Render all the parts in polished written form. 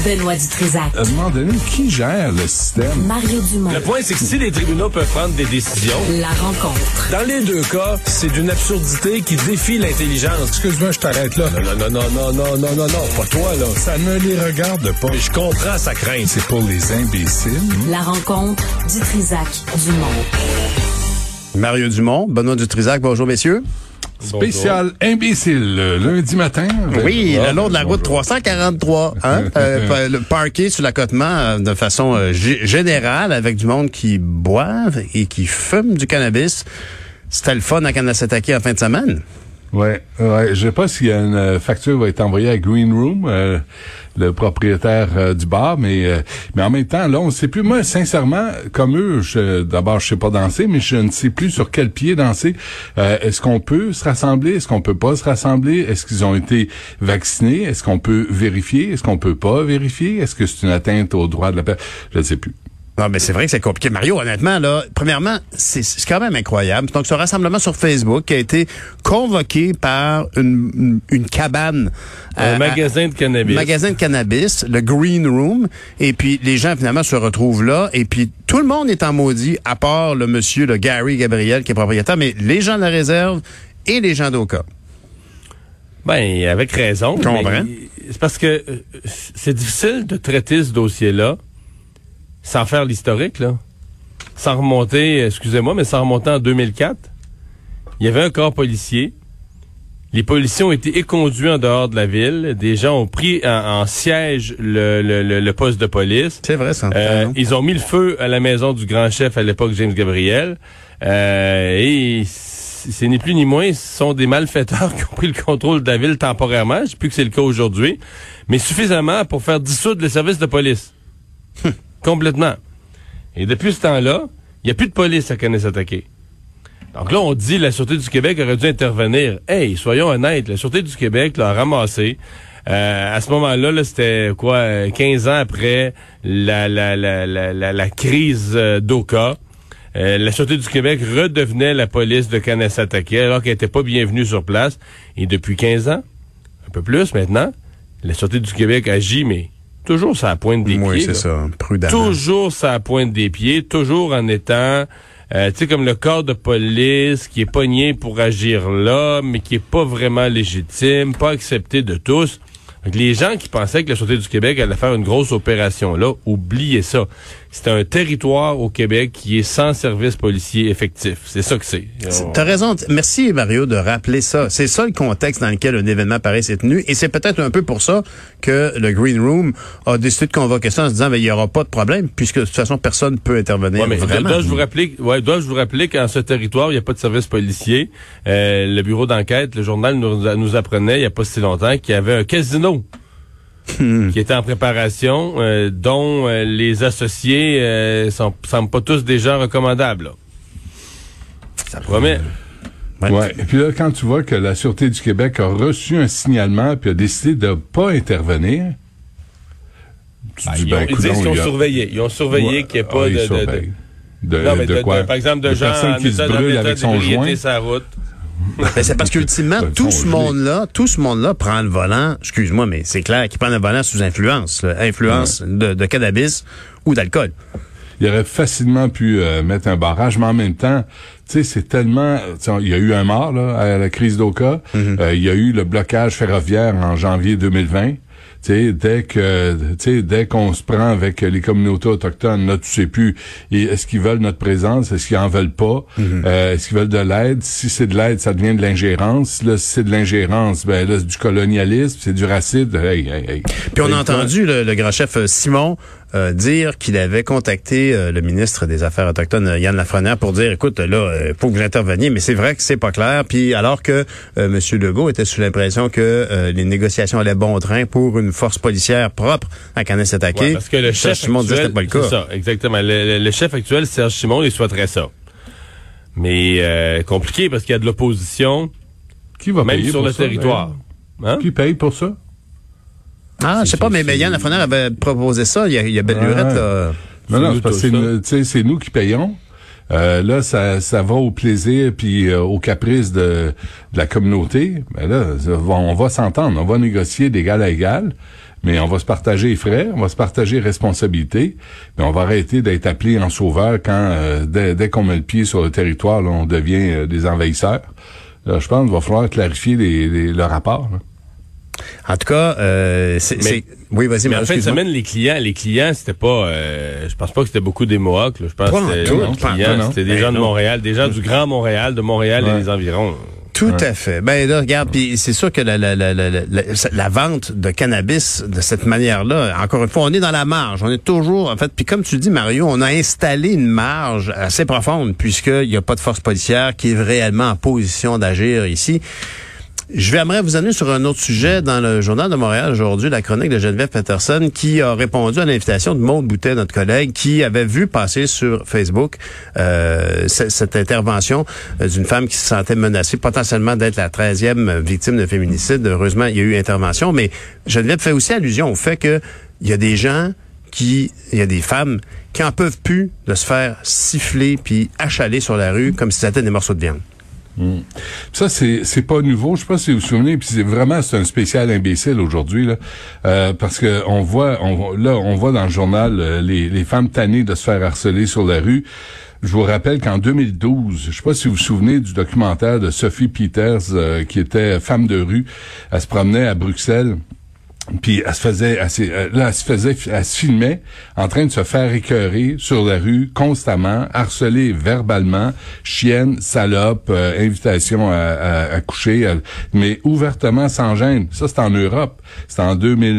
Benoît Dutrisac. À un moment donné, qui gère le système? Mario Dumont. Le point, c'est que si les tribunaux peuvent prendre des décisions... La rencontre. Dans les deux cas, c'est d'une absurdité qui défie l'intelligence. Excuse-moi, je t'arrête là. Non, pas toi, là. Ça ne les regarde pas. Mais je comprends sa crainte. C'est pour les imbéciles. La rencontre Dutrisac-Dumont. Mario Dumont, Benoît Dutrisac, bonjour messieurs. Spécial imbécile, lundi matin. Oui, le long de la route 343, le parqué sur l'accotement de façon générale avec du monde qui boivent et qui fument du cannabis. C'était le fun à Kanesatake en fin de semaine. Ouais. Je sais pas si une facture va être envoyée à Green Room, le propriétaire du bar, mais en même temps, là, on ne sait plus. Moi, sincèrement, comme eux, d'abord, je sais pas danser, mais je ne sais plus sur quel pied danser. Est-ce qu'on peut se rassembler? Est-ce qu'on peut pas se rassembler? Est-ce qu'ils ont été vaccinés? Est-ce qu'on peut vérifier? Est-ce qu'on peut pas vérifier? Est-ce que c'est une atteinte aux droits de la personne? Je ne sais plus. Non, mais c'est vrai que c'est compliqué. Mario, honnêtement, là, premièrement, c'est quand même incroyable. Donc, ce rassemblement sur Facebook qui a été convoqué par une cabane. Un magasin de cannabis. Magasin de cannabis, le Green Room. Et puis, les gens, finalement, se retrouvent là. Et puis, tout le monde est en maudit, à part le monsieur, le Gary Gabriel, qui est propriétaire. Mais les gens de la réserve et les gens d'Oka. Ben, avec raison. C'est parce que c'est difficile de traiter ce dossier-là sans faire l'historique, là. Sans remonter, sans remonter en 2004. Il y avait un corps policier. Les policiers ont été éconduits en dehors de la ville. Des gens ont pris en siège le poste de police. C'est vrai, ça. Ils ont mis le feu à la maison du grand chef à l'époque, James Gabriel. Et c'est ni plus ni moins, ce sont des malfaiteurs qui ont pris le contrôle de la ville temporairement. Je sais plus que c'est le cas aujourd'hui. Mais suffisamment pour faire dissoudre les services de police. Complètement. Et depuis ce temps-là, il n'y a plus de police à Kanesatake. Donc là, on dit la Sûreté du Québec aurait dû intervenir. Hey, soyons honnêtes, la Sûreté du Québec l'a ramassé. À ce moment-là, c'était 15 ans après la crise d'Oka. La Sûreté du Québec redevenait la police de Kanesatake alors qu'elle n'était pas bienvenue sur place. Et depuis 15 ans, un peu plus maintenant, la Sûreté du Québec agit, mais toujours ça pointe des pieds. Oui, c'est ça, prudemment. Toujours ça pointe des pieds, toujours en étant, tu sais, comme le corps de police qui est pogné pour agir là, mais qui est pas vraiment légitime, pas accepté de tous. Donc, les gens qui pensaient que la Sûreté du Québec allait faire une grosse opération là, oubliez ça. C'est un territoire au Québec qui est sans service policier effectif. C'est ça que c'est. T'as raison. Merci, Mario, de rappeler ça. C'est ça le contexte dans lequel un événement pareil s'est tenu. Et c'est peut-être un peu pour ça que le Green Room a décidé de convoquer ça en se disant, il n'y aura pas de problème, puisque de toute façon, personne ne peut intervenir. Ouais, mais vraiment. Dois-je vous rappeler qu'en ce territoire, il n'y a pas de service policier. Le bureau d'enquête, le journal nous apprenait, il n'y a pas si longtemps, qu'il y avait un casino qui était en préparation, dont les associés semblent pas tous des gens recommandables. Là. Ça promet. Ouais. Et puis là, quand tu vois que la Sûreté du Québec a reçu un signalement puis a décidé de pas intervenir, tu dis, ils disent qu'ils ont surveillé. Ils ont surveillé qu'il n'y ait pas de quoi? Par exemple, de gens personnes qui se brûlent avec son joint. Sa route. Ben, c'est parce qu'ultimement, tout ce monde-là prend le volant, excuse-moi, mais c'est clair qu'ils prennent le volant sous influence de cannabis ou d'alcool. Il aurait facilement pu mettre un barrage, mais en même temps, tu sais, c'est tellement... Il y a eu un mort là, à la crise d'Oka. Il y a eu le blocage ferroviaire en janvier 2020. Dès qu'on se prend avec les communautés autochtones, là, tu sais plus, est-ce qu'ils veulent notre présence, est-ce qu'ils en veulent pas, est-ce qu'ils veulent de l'aide? Si c'est de l'aide, ça devient de l'ingérence. Là, si c'est de l'ingérence, ben là, c'est du colonialisme, c'est du racisme. Hey. Puis on a entendu le grand chef Simon dire qu'il avait contacté le ministre des Affaires autochtones, Yann Lafrenière, pour dire, écoute, là, faut que vous interveniez, mais c'est vrai que c'est pas clair. Puis alors que M. Legault était sous l'impression que les négociations allaient bon train pour une force policière propre à Kanesatake. Ouais, parce que le chef Simon disait que c'était pas le cas. C'est ça, exactement. Le chef actuel, Serge Simon, il souhaiterait ça. Mais compliqué parce qu'il y a de l'opposition. Qui va même payer sur pour le ça, territoire. Hein? Qui paye pour ça? Ah, je sais pas, mais Yann Lafrenière avait proposé ça. Il y a belle lurette, là. Non, c'est parce que c'est nous qui payons. Là, ça va au plaisir puis au caprice de la communauté. Ben là, on va s'entendre, on va négocier d'égal à égal. mais on va se partager les frais, on va se partager les responsabilités, mais on va arrêter d'être appelé en sauveur quand, dès qu'on met le pied sur le territoire, là, on devient des envahisseurs. Là, je pense qu'il va falloir clarifier le rapport, là. En tout cas, oui, vas-y, mais en fin de semaine, les clients, c'était pas, je pense pas que c'était beaucoup des Mohawks, là. Je pense que c'était les clients, c'était des gens de Montréal, des gens du Grand Montréal, de Montréal et des environs. Tout à fait. Ben là, regarde, puis c'est sûr que la vente de cannabis de cette manière-là, encore une fois, on est dans la marge. On est toujours, en fait, puis comme tu dis, Mario, on a installé une marge assez profonde puisqu'il n'y a pas de force policière qui est réellement en position d'agir ici. J'aimerais vous amener sur un autre sujet dans le Journal de Montréal aujourd'hui, la chronique de Geneviève Peterson qui a répondu à l'invitation de Maude Boutet, notre collègue, qui avait vu passer sur Facebook cette intervention d'une femme qui se sentait menacée potentiellement d'être la 13e victime de féminicide. Heureusement, il y a eu intervention, mais Geneviève fait aussi allusion au fait que il y a des gens il y a des femmes qui en peuvent plus de se faire siffler puis achaler sur la rue comme si c'était des morceaux de viande. Ça, c'est pas nouveau. Je sais pas si vous vous souvenez, puis c'est un spécial imbécile aujourd'hui, là, parce que on voit dans le journal les femmes tannées de se faire harceler sur la rue. Je vous rappelle qu'en 2012, je sais pas si vous vous souvenez du documentaire de Sophie Peters, qui était femme de rue. Elle se promenait à Bruxelles. Puis elle se filmait en train de se faire écœurer sur la rue constamment, harceler verbalement, chienne, salope, invitation à coucher, mais ouvertement sans gêne. Ça, c'est en Europe. C'est en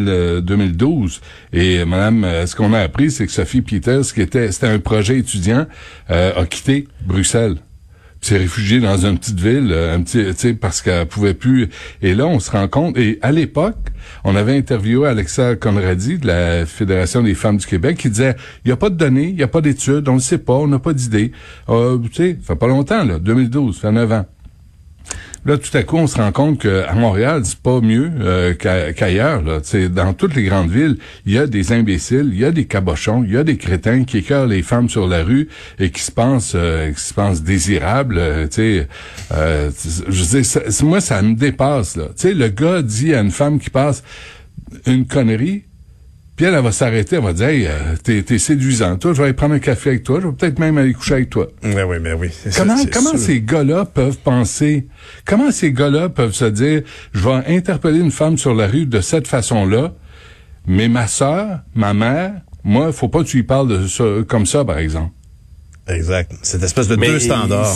2012. Et madame, ce qu'on a appris, c'est que Sophie Peters, c'était un projet étudiant, a quitté Bruxelles. S'est réfugiée dans une petite ville, parce qu'elle pouvait plus. Et là, on se rend compte. Et à l'époque, on avait interviewé Alexa Conradi de la Fédération des femmes du Québec qui disait, il y a pas de données, il y a pas d'études, on le sait pas, on n'a pas d'idée. Ça fait pas longtemps, là, 2012, ça fait 9 ans. Là, tout à coup, on se rend compte qu'à Montréal, c'est pas mieux qu'ailleurs. Là. Dans toutes les grandes villes, il y a des imbéciles, il y a des cabochons, il y a des crétins qui écœurent les femmes sur la rue et qui se pensent désirables. Je veux dire, moi, ça me dépasse. Là. Le gars dit à une femme qui passe une connerie, puis elle va s'arrêter, elle va dire, hey, t'es séduisant, toi, je vais aller prendre un café avec toi, je vais peut-être même aller coucher avec toi. Mais oui. Comment ces gars-là peuvent penser? Comment ces gars-là peuvent se dire, je vais interpeller une femme sur la rue de cette façon-là, mais ma sœur, ma mère, moi, faut pas que tu lui parles de ça, comme ça, par exemple. Exact. Cette espèce de deux standards.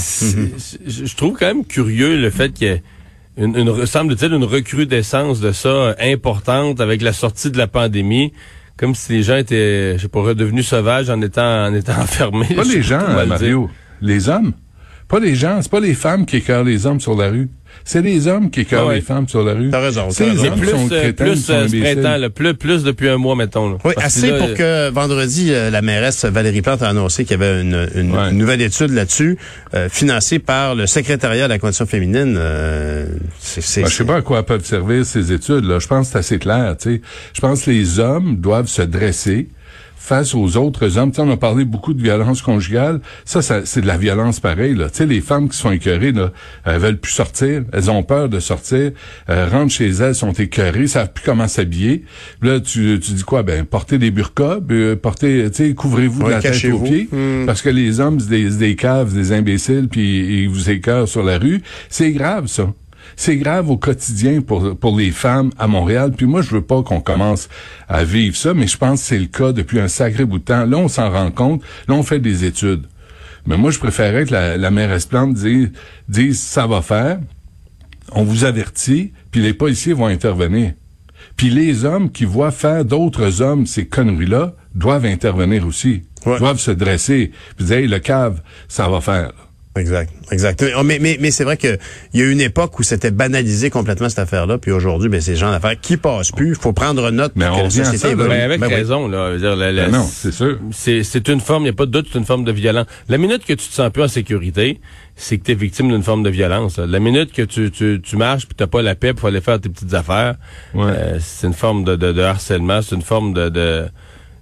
Je trouve quand même curieux le fait qu'il y ait semble-t-il une recrudescence de ça importante avec la sortie de la pandémie, comme si les gens étaient, je sais pas, redevenus sauvages en étant enfermés. Pas les gens, Mario, les hommes. Pas les gens, c'est pas les femmes qui écœurent les hommes sur la rue. C'est les hommes qui écœurent les femmes sur la rue. T'as raison. C'est les hommes qui sont crétins, qui sont imbéciles. Plus depuis un mois, mettons. Là. Oui, assez pour que vendredi, la mairesse Valérie Plante a annoncé qu'il y avait une nouvelle étude là-dessus, financée par le secrétariat de la condition féminine. Je sais pas à quoi peuvent servir ces études. Là. Je pense que c'est assez clair. T'sais. Je pense que les hommes doivent se dresser face aux autres hommes. T'sais, on a parlé beaucoup de violence conjugale. Ça c'est de la violence pareille. Là. T'sais, les femmes qui se font écœurer, là, elles veulent plus sortir. Elles ont peur de sortir. Rentrent chez elles, sont écœurées, savent plus comment s'habiller. Là, tu dis quoi? Ben, portez des burqas, couvrez-vous de la tête aux pieds. Parce que les hommes, c'est des caves, des imbéciles, puis ils vous écœurent sur la rue. C'est grave, ça. C'est grave au quotidien pour les femmes à Montréal. Puis moi, je veux pas qu'on commence à vivre ça, mais je pense que c'est le cas depuis un sacré bout de temps. Là, on s'en rend compte. Là, on fait des études. Mais moi, je préférais que la mairesse Plante dise ça va faire. On vous avertit, puis les policiers vont intervenir. Puis les hommes qui voient faire d'autres hommes ces conneries-là doivent intervenir aussi. Doivent se dresser. Puis dire, hey, le cave, ça va faire. Exact. Mais c'est vrai que il y a eu une époque où c'était banalisé complètement cette affaire-là, puis aujourd'hui, ben ces gens d'affaires qui passent plus. Il faut prendre note mais que la société évolue. Avec raison, là. Je veux dire, non, c'est sûr. C'est une forme, il n'y a pas de doute, c'est une forme de violence. La minute que tu te sens plus en sécurité, c'est que tu es victime d'une forme de violence. Là. La minute que tu marches puis t'as pas la paix pour aller faire tes petites affaires, c'est une forme de harcèlement, c'est une forme de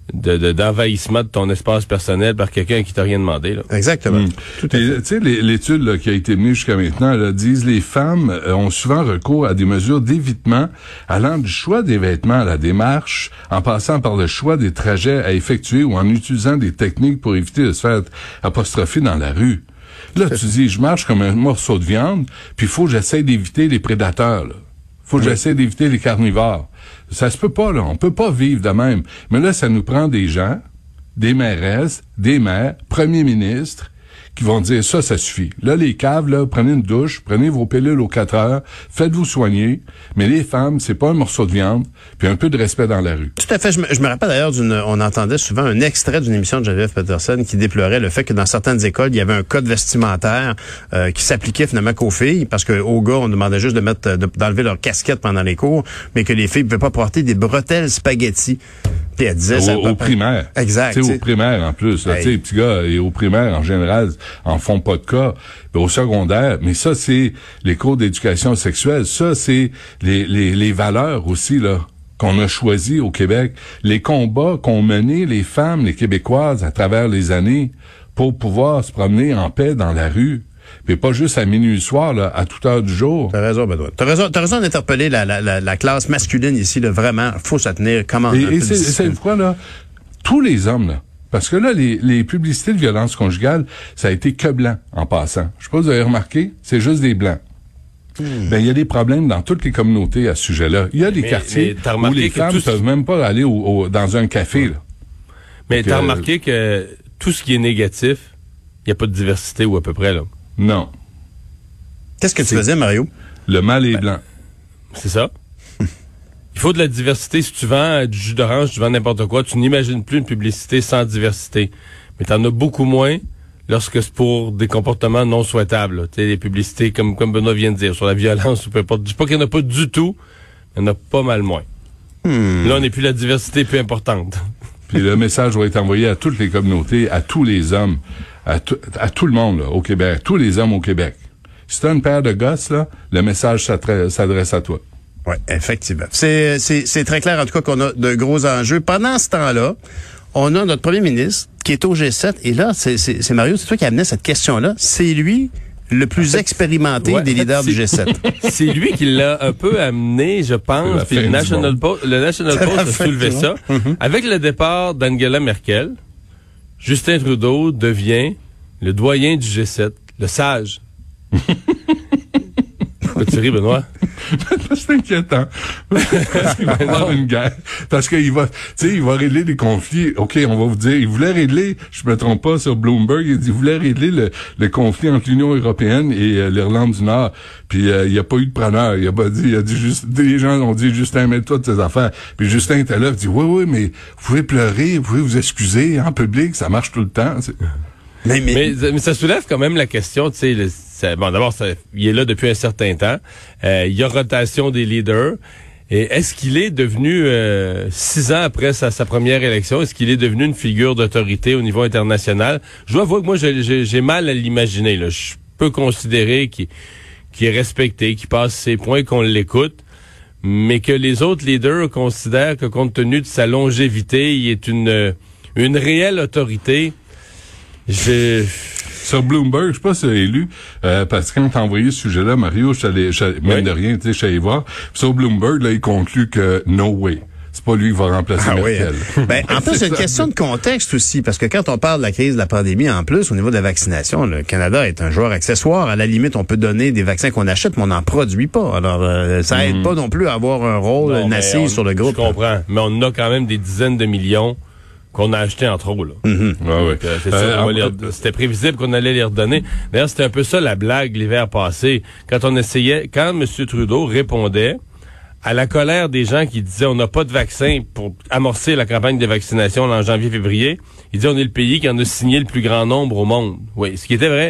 d'envahissement de ton espace personnel par quelqu'un qui t'a rien demandé. Là. Exactement. Tu sais, l'étude là, qui a été menée jusqu'à maintenant là, disent les femmes ont souvent recours à des mesures d'évitement allant du choix des vêtements à la démarche, en passant par le choix des trajets à effectuer ou en utilisant des techniques pour éviter de se faire apostropher dans la rue. Là, tu dis, je marche comme un morceau de viande, puis il faut que j'essaie d'éviter les prédateurs. Là. Faut que j'essaie d'éviter les carnivores. Ça se peut pas, là. On peut pas vivre de même. Mais là, ça nous prend des gens, des mairesses, des maires, premiers ministres, qui vont dire ça suffit. Là, les caves, là, prenez une douche, prenez vos pilules aux 4 heures, faites-vous soigner. Mais les femmes, c'est pas un morceau de viande, puis un peu de respect dans la rue. Tout à fait. Je me rappelle d'ailleurs on entendait souvent un extrait d'une émission de Geneviève Peterson qui déplorait le fait que dans certaines écoles, il y avait un code vestimentaire qui s'appliquait finalement qu'aux filles, parce que aux gars, on demandait juste d'enlever leur casquette pendant les cours, mais que les filles ne pouvaient pas porter des bretelles spaghetti. Puis elle disait au primaire. Exact. Tu sais, au primaire en plus. Tu sais, les petits gars, et au primaire, en général, en font pas de cas. Mais au secondaire, mais ça, c'est les cours d'éducation sexuelle. Ça, c'est les valeurs aussi, là, qu'on a choisies au Québec. Les combats qu'ont menés les femmes, les Québécoises, à travers les années, pour pouvoir se promener en paix dans la rue. Puis pas juste à minuit le soir, là, à toute heure du jour. T'as raison, Benoît. T'as raison d'interpeller la classe masculine ici, là, vraiment. Faut se tenir comment. Et c'est quoi, là? Tous les hommes, là. Parce que là, les publicités de violence conjugale, ça a été que blanc, en passant. Je sais pas si vous avez remarqué, c'est juste des blancs. Ben, il y a des problèmes dans toutes les communautés à ce sujet-là. Il y a des quartiers où les femmes ne peuvent même pas aller dans un café, là. Mais t'as remarqué que tout ce qui est négatif, il n'y a pas de diversité ou à peu près, là. Non. Qu'est-ce que tu faisais, Mario? Le mal est blanc. C'est ça. Il faut de la diversité. Si tu vends du jus d'orange, tu vends n'importe quoi, tu n'imagines plus une publicité sans diversité. Mais t'en as beaucoup moins lorsque c'est pour des comportements non souhaitables. Tu sais, les publicités, comme Benoît vient de dire, sur la violence ou peu importe. Je dis pas qu'il n'y en a pas du tout, mais il y en a pas mal moins. Là, on n'est plus la diversité plus importante. Puis le message doit être envoyé à toutes les communautés, à tous les hommes, à tout le monde là, au Québec, tous les hommes au Québec. Si t'as une paire de gosses, là, le message s'adresse à toi. Oui, effectivement. C'est très clair, en tout cas, qu'on a de gros enjeux. Pendant ce temps-là, on a notre premier ministre qui est au G7. Et là, c'est Mario, c'est toi qui amenais cette question-là. C'est lui le plus expérimenté des leaders du G7. C'est lui qui l'a un peu amené, je pense. Puis le National Post a soulevé ça. Avec le départ d'Angela Merkel, Justin Trudeau devient le doyen du G7, le sage. Pourquoi tu ris, Benoît? C'est inquiétant. Parce qu'il va y avoir une guerre. Parce qu'il va, tu sais, il va régler des conflits. OK, on va vous dire, il voulait régler, je me trompe pas, sur Bloomberg, il voulait régler le conflit entre l'Union européenne et l'Irlande du Nord. Puis il n'y a pas eu de preneur. Il a pas dit, les gens ont dit, Justin, mets-toi de tes affaires. Puis Justin était là, il dit, oui, mais vous pouvez pleurer, vous pouvez vous excuser en public, ça marche tout le temps. Mais ça soulève quand même la question, tu sais, bon, d'abord, il est là depuis un certain temps. Il y a rotation des leaders. Et est-ce qu'il est devenu, 6 ans après sa première élection, est-ce qu'il est devenu une figure d'autorité au niveau international? Je dois avouer que moi, j'ai mal à l'imaginer, là. Je peux considérer qu'il est respecté, qu'il passe ses points, qu'on l'écoute, mais que les autres leaders considèrent que compte tenu de sa longévité, il est une réelle autorité. Sur Bloomberg, je sais pas si c'est élu, parce que quand t'as envoyé ce sujet-là, Mario, même de rien, tu sais, je suis allé voir. Puis sur Bloomberg, là, il conclut que no way. C'est pas lui qui va remplacer Merkel. Oui. Ben, en plus, c'est une question de contexte aussi, parce que quand on parle de la crise de la pandémie, en plus, au niveau de la vaccination, le Canada est un joueur accessoire. À la limite, on peut donner des vaccins qu'on achète, mais on n'en produit pas. Alors, ça aide pas non plus à avoir un rôle nassé sur le groupe. Je comprends, mais on a quand même des dizaines de millions qu'on a acheté en trop, là. C'est sûr, c'était prévisible qu'on allait les redonner. D'ailleurs, c'était un peu ça la blague l'hiver passé. Quand M. Trudeau répondait à la colère des gens qui disaient on n'a pas de vaccin pour amorcer la campagne de vaccination en janvier-février, il dit on est le pays qui en a signé le plus grand nombre au monde. Oui, ce qui était vrai.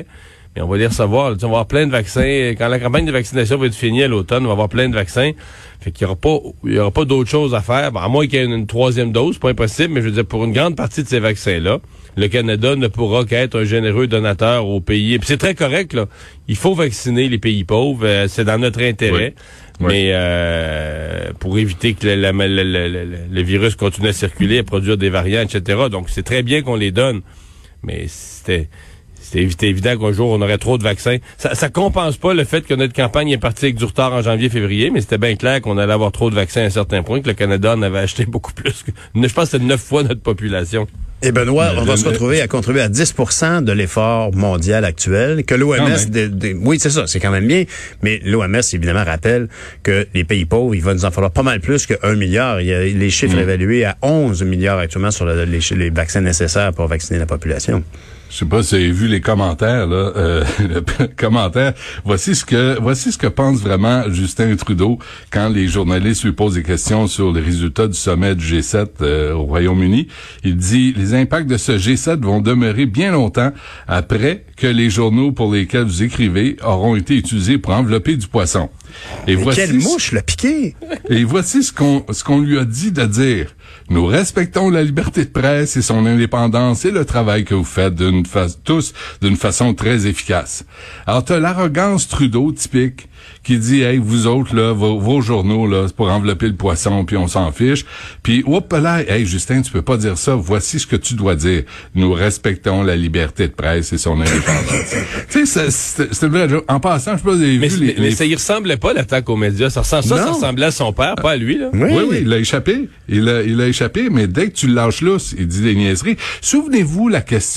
mais on va les recevoir. On va avoir plein de vaccins. Quand la campagne de vaccination va être finie à l'automne, on va avoir plein de vaccins. Fait qu'il y aura pas d'autre chose à faire. Bon, à moins qu'il y ait une troisième dose, pas impossible, mais je veux dire, pour une grande partie de ces vaccins-là, le Canada ne pourra qu'être un généreux donateur aux pays. Puis c'est très correct, là. Il faut vacciner les pays pauvres. C'est dans notre intérêt. Oui. Mais pour éviter que le virus continue à circuler, à produire des variants, etc. Donc, c'est très bien qu'on les donne. Mais c'était évident qu'un jour, on aurait trop de vaccins. Ça compense pas le fait que notre campagne est partie avec du retard en janvier-février, mais c'était bien clair qu'on allait avoir trop de vaccins à un certain point, que le Canada en avait acheté beaucoup plus. Je pense que c'est 9 fois notre population. Et Benoît, on va se retrouver à contribuer à 10% de l'effort mondial actuel, que l'OMS, oui, c'est ça, c'est quand même bien, mais l'OMS, évidemment, rappelle que les pays pauvres, il va nous en falloir pas mal plus que 1 milliard. Il y a les chiffres évalués à 11 milliards actuellement sur les vaccins nécessaires pour vacciner la population. Je sais pas si vous avez vu les commentaires, là. Le commentaire. Voici ce que pense vraiment Justin Trudeau quand les journalistes lui posent des questions sur les résultats du sommet du G7 au Royaume-Uni. Il dit, les impacts de ce G7 vont demeurer bien longtemps après que les journaux pour lesquels vous écrivez auront été utilisés pour envelopper du poisson. Et voici quelle mouche l'a piqué! Et voici ce qu'on lui a dit de dire. Nous respectons la liberté de presse et son indépendance et le travail que vous faites tous d'une façon très efficace. Alors, t'as l'arrogance Trudeau typique qui dit, hey, vous autres, là, vos journaux, là, c'est pour envelopper le poisson, puis on s'en fiche. Puis, hop là, hey, Justin, tu peux pas dire ça. Voici ce que tu dois dire. Nous respectons la liberté de presse et son indépendance. Tu sais, c'est une vraie joke. En passant, je sais pas, vous avez vu mais ça y ressemblait pas, l'attaque aux médias. Ça ressemblait à son père, pas à lui, là. Oui, il a échappé. Il a échappé, mais dès que tu le lâches là, il dit des niaiseries. Souvenez-vous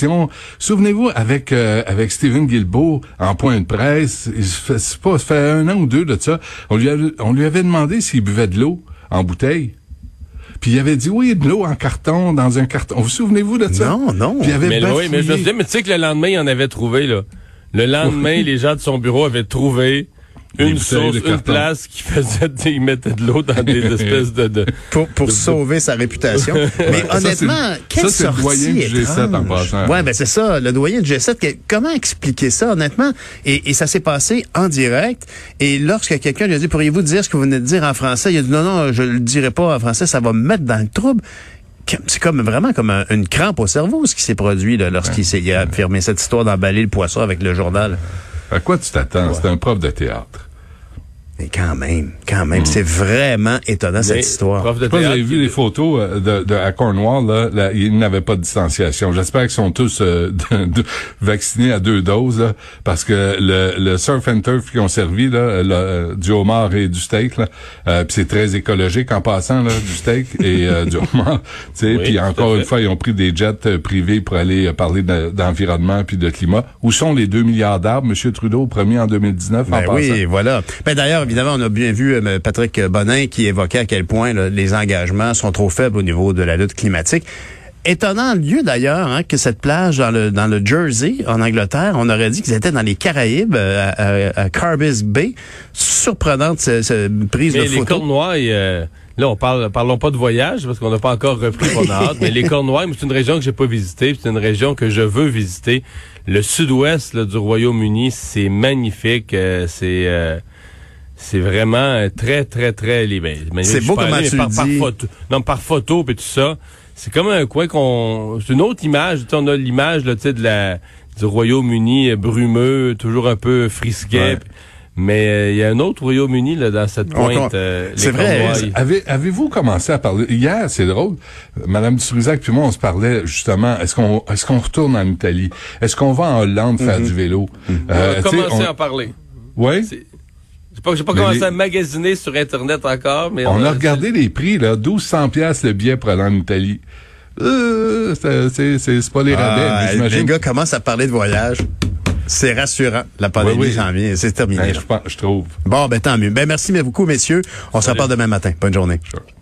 avec Stephen Guilbeault en point de presse, ça fait 1 an ou 2 de ça, on lui avait demandé s'il buvait de l'eau en bouteille. Puis il avait dit oui, de l'eau en carton, dans un carton. Vous souvenez-vous de ça? Non. Puis il avait mais je me disais, mais tu sais que le lendemain, il en avait trouvé, là. Le lendemain, les gens de son bureau avaient trouvé une place qui faisait, ils mettaient de l'eau dans des espèces de pour sauver sa réputation. Mais honnêtement, quelle sortie c'est le doyen du G7 en passant. Ouais, ben c'est ça, le doyen du G7. Comment expliquer ça, honnêtement? Et ça s'est passé en direct. Et lorsque quelqu'un lui a dit, pourriez-vous dire ce que vous venez de dire en français? Il a dit, non, je le dirai pas en français, ça va me mettre dans le trouble. C'est vraiment comme une crampe au cerveau, ce qui s'est produit là, lorsqu'il a affirmé cette histoire d'emballer le poisson avec le journal. À quoi tu t'attends? Ouais. C'est un prof de théâtre. Mais quand même, c'est vraiment étonnant cette histoire. Prof de théâtre. Vous avez vu les photos à Cornwall, là, ils n'avaient pas de distanciation. J'espère qu'ils sont tous vaccinés à 2 doses, là, parce que le surf and turf qu'ils ont servi, là, du homard et du steak, là, puis c'est très écologique en passant, là, du steak et du homard. Tu sais, puis encore une fois, ils ont pris des jets privés pour aller parler d'environnement puis de climat. Où sont les 2 milliards d'arbres, M. Trudeau, promis en 2019 en passant? Oui, voilà. Ben d'ailleurs, évidemment, on a bien vu Patrick Bonin qui évoquait à quel point là, les engagements sont trop faibles au niveau de la lutte climatique. Étonnant lieu d'ailleurs que cette plage dans le Jersey, en Angleterre, on aurait dit qu'ils étaient dans les Caraïbes, à Carbis Bay. Surprenante cette prise de photo. Mais les Cornouailles, là, parlons pas de voyage parce qu'on n'a pas encore repris qu'on a hâte, mais les Cornouailles, c'est une région que j'ai pas visitée, c'est une région que je veux visiter. Le sud-ouest là, du Royaume-Uni, c'est magnifique, c'est vraiment très, très, très libre. C'est beau comment tu le dis. Par photo et tout ça. C'est comme un coin c'est une autre image. On a l'image, là, tu sais, du Royaume-Uni brumeux, toujours un peu frisquet. Ouais. Mais il y a un autre Royaume-Uni, là, dans cette pointe. C'est vrai. Avez-vous commencé à parler? Hier, c'est drôle. Madame Dutrisac puis moi, on se parlait, justement, est-ce qu'on retourne en Italie? Est-ce qu'on va en Hollande faire du vélo? On a commencé à en parler. Oui? J'ai pas commencé à magasiner sur Internet encore, mais... On a regardé les prix, là. 1200 piastres le billet pour aller en Italie. C'est pas les rabais, j'imagine. Les gars commencent à parler de voyage. C'est rassurant. La pandémie s'en vient. C'est terminé. Je trouve. Bon, tant mieux. Merci beaucoup, messieurs. On se reparle demain matin. Bonne journée. Sure.